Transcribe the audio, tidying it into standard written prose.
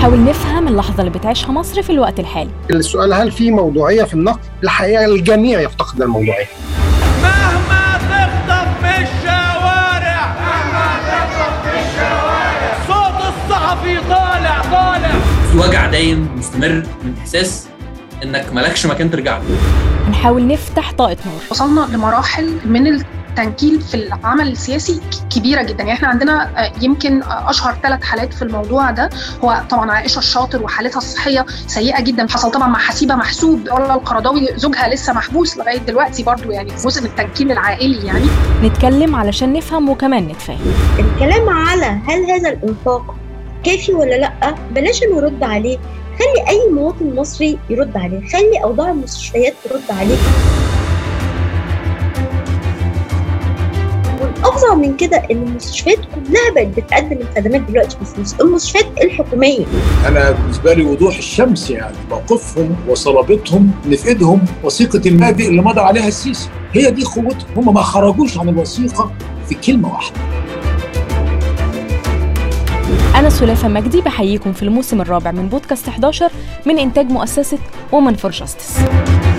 هنحاول نفهم اللحظة اللي بتعيشها مصر في الوقت الحالي. السؤال هل في موضوعية في النقد؟ الحقيقة الجميع يفتقد الموضوعية. مهما تخطف في الشوارع، صوت الصحفي طالع. في وجع دايم مستمر من إحساس إنك مالكش مكان ترجع له. هنحاول نفتح طاقة نور. وصلنا لمراحل من التنكيل في العمل السياسي كبيرة جدا. يعني احنا عندنا يمكن أشهر 3 حالات في الموضوع ده، هو طبعا عائشة الشاطر وحالتها الصحية سيئة جدا، حصل طبعا مع حسيبة محسوب، ولا القرضاوي زوجها لسه محبوس لغاية دلوقتي برضو، يعني جزء من التنكيل العائلي. يعني نتكلم علشان نفهم وكمان نتفاهم. الكلام على هل هذا الإنفاق كافي ولا لأ بلاش نرد عليه، خلي أي مواطن مصري يرد عليه، خلي أوضاع المستشفيات ترد عليه. والأفظع من كده إن المستشفيات كلها بقت بتقدم الخدمات دلوقتي بفلوس، المستشفيات الحكومية. أنا بالنسبة لي وضوح الشمس، يعني موقفهم وصلابتهم إن في إيدهم وثيقة المبادئ اللي مضى عليها السيسي، هي دي قوتهم، هم ما خرجوش عن الوثيقة في كلمة واحدة. أنا سلافة مجدي، بحييكم في الموسم الرابع من بودكاست 11 من إنتاج مؤسسة Women for Justice.